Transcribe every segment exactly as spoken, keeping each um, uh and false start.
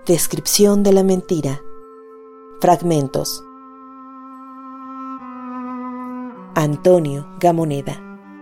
Descripción de la mentira. Fragmentos. Antonio Gamoneda.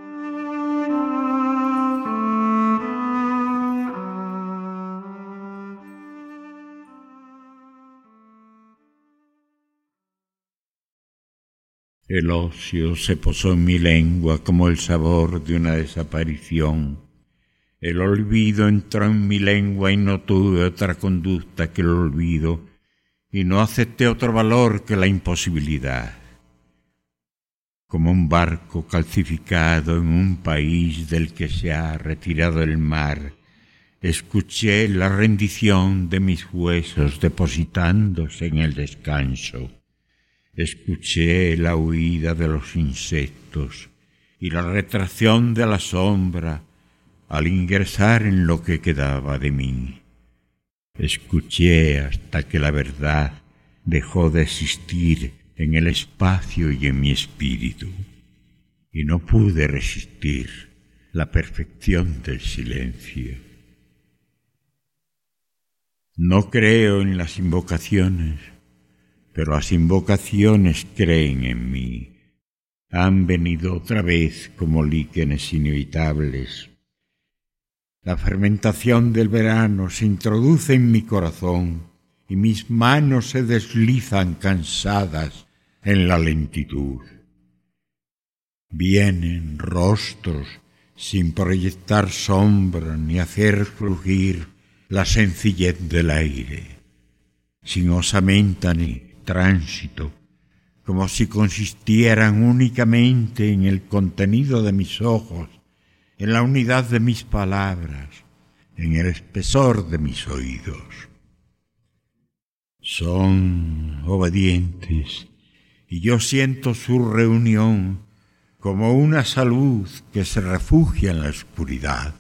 El ocio se posó en mi lengua como el sabor de una desaparición. El olvido entró en mi lengua y no tuve otra conducta que el olvido, y no acepté otro valor que la imposibilidad. Como un barco calcificado en un país del que se ha retirado el mar, escuché la rendición de mis huesos depositándose en el descanso. Escuché la huida de los insectos y la retracción de la sombra al ingresar en lo que quedaba de mí. Escuché hasta que la verdad dejó de existir en el espacio y en mi espíritu, y no pude resistir la perfección del silencio. No creo en las invocaciones, pero las invocaciones creen en mí. Han venido otra vez como líquenes inevitables. La fermentación del verano se introduce en mi corazón y mis manos se deslizan cansadas en la lentitud. Vienen rostros sin proyectar sombra ni hacer flugir la sencillez del aire, sin osamenta ni tránsito, como si consistieran únicamente en el contenido de mis ojos, en la unidad de mis palabras, en el espesor de mis oídos. Son obedientes y yo siento su reunión como una salud que se refugia en la oscuridad.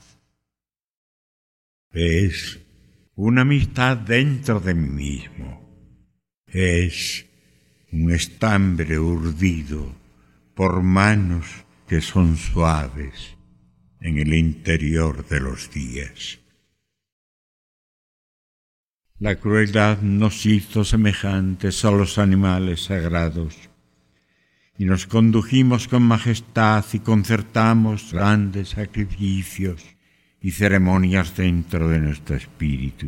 Es una amistad dentro de mí mismo. Es un estambre urdido por manos que son suaves en el interior de los días. La crueldad nos hizo semejantes a los animales sagrados, y nos condujimos con majestad y concertamos grandes sacrificios y ceremonias dentro de nuestro espíritu.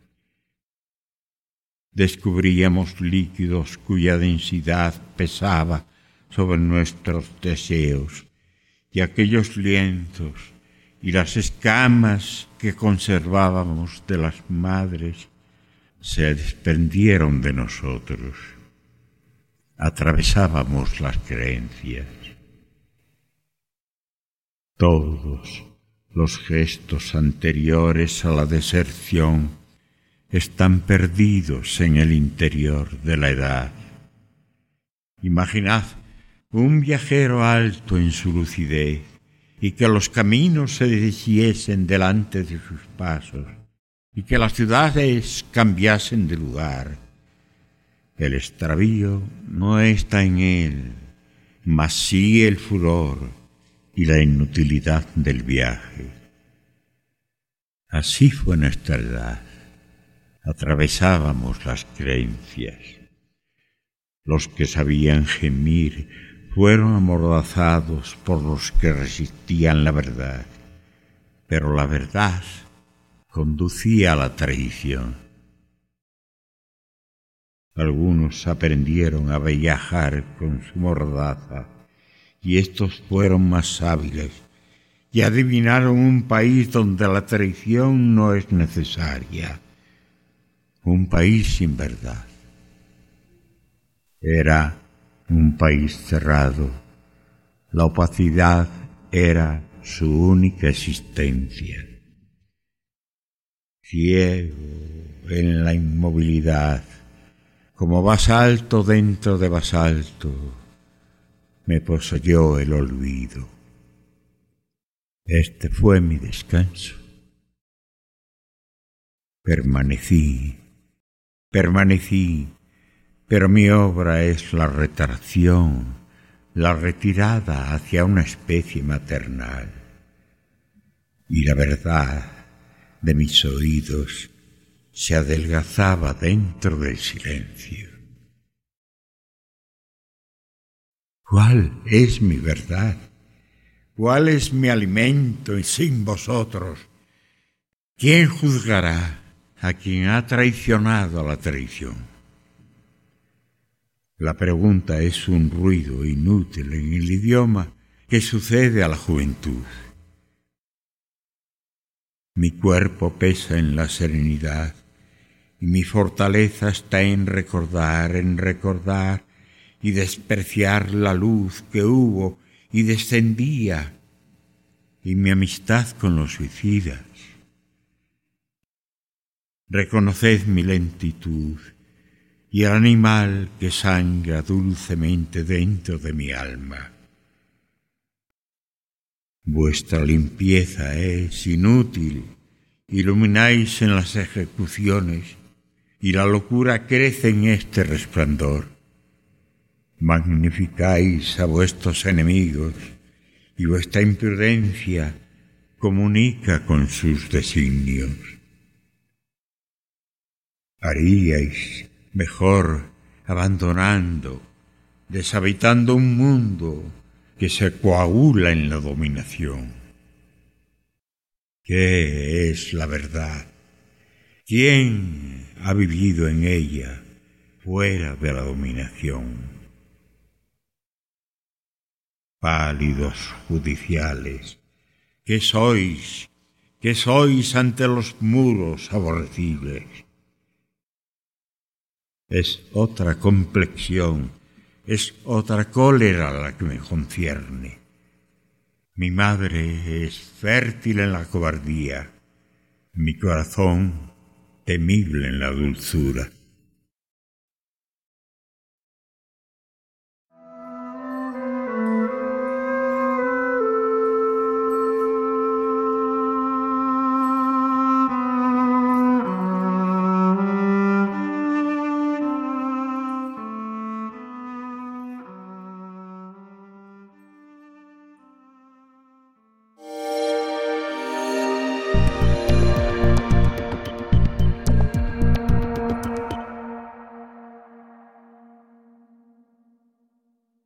Descubríamos líquidos cuya densidad pesaba sobre nuestros deseos, y aquellos lienzos y las escamas que conservábamos de las madres se desprendieron de nosotros. Atravesábamos las creencias. Todos los gestos anteriores a la deserción están perdidos en el interior de la edad. Imaginad un viajero alto en su lucidez y que los caminos se deshiciesen delante de sus pasos y que las ciudades cambiasen de lugar. El extravío no está en él, mas sí el furor y la inutilidad del viaje. Así fue nuestra edad. Atravesábamos las creencias. Los que sabían gemir fueron amordazados por los que resistían la verdad, pero la verdad conducía a la traición. Algunos aprendieron a viajar con su mordaza, y estos fueron más hábiles y adivinaron un país donde la traición no es necesaria, un país sin verdad. Era un país cerrado. La opacidad era su única existencia. Ciego en la inmovilidad, como basalto dentro de basalto, me poseyó el olvido. Este fue mi descanso. Permanecí, permanecí, pero mi obra es la retracción, la retirada hacia una especie maternal. Y la verdad de mis oídos se adelgazaba dentro del silencio. ¿Cuál es mi verdad? ¿Cuál es mi alimento sin vosotros? ¿Quién juzgará a quien ha traicionado a la traición? La pregunta es un ruido inútil en el idioma que sucede a la juventud. Mi cuerpo pesa en la serenidad y mi fortaleza está en recordar, en recordar y despreciar la luz que hubo y descendía y mi amistad con los suicidas. Reconoced mi lentitud y el animal que sangra dulcemente dentro de mi alma. Vuestra limpieza es inútil, ilumináis en las ejecuciones y la locura crece en este resplandor. Magnificáis a vuestros enemigos y vuestra imprudencia comunica con sus designios. Haríais mejor abandonando, deshabitando un mundo que se coagula en la dominación. ¿Qué es la verdad? ¿Quién ha vivido en ella fuera de la dominación? Pálidos judiciales, ¿qué sois? ¿Qué sois ante los muros aborrecibles? Es otra complexión, es otra cólera la que me concierne. Mi madre es fértil en la cobardía, mi corazón temible en la dulzura.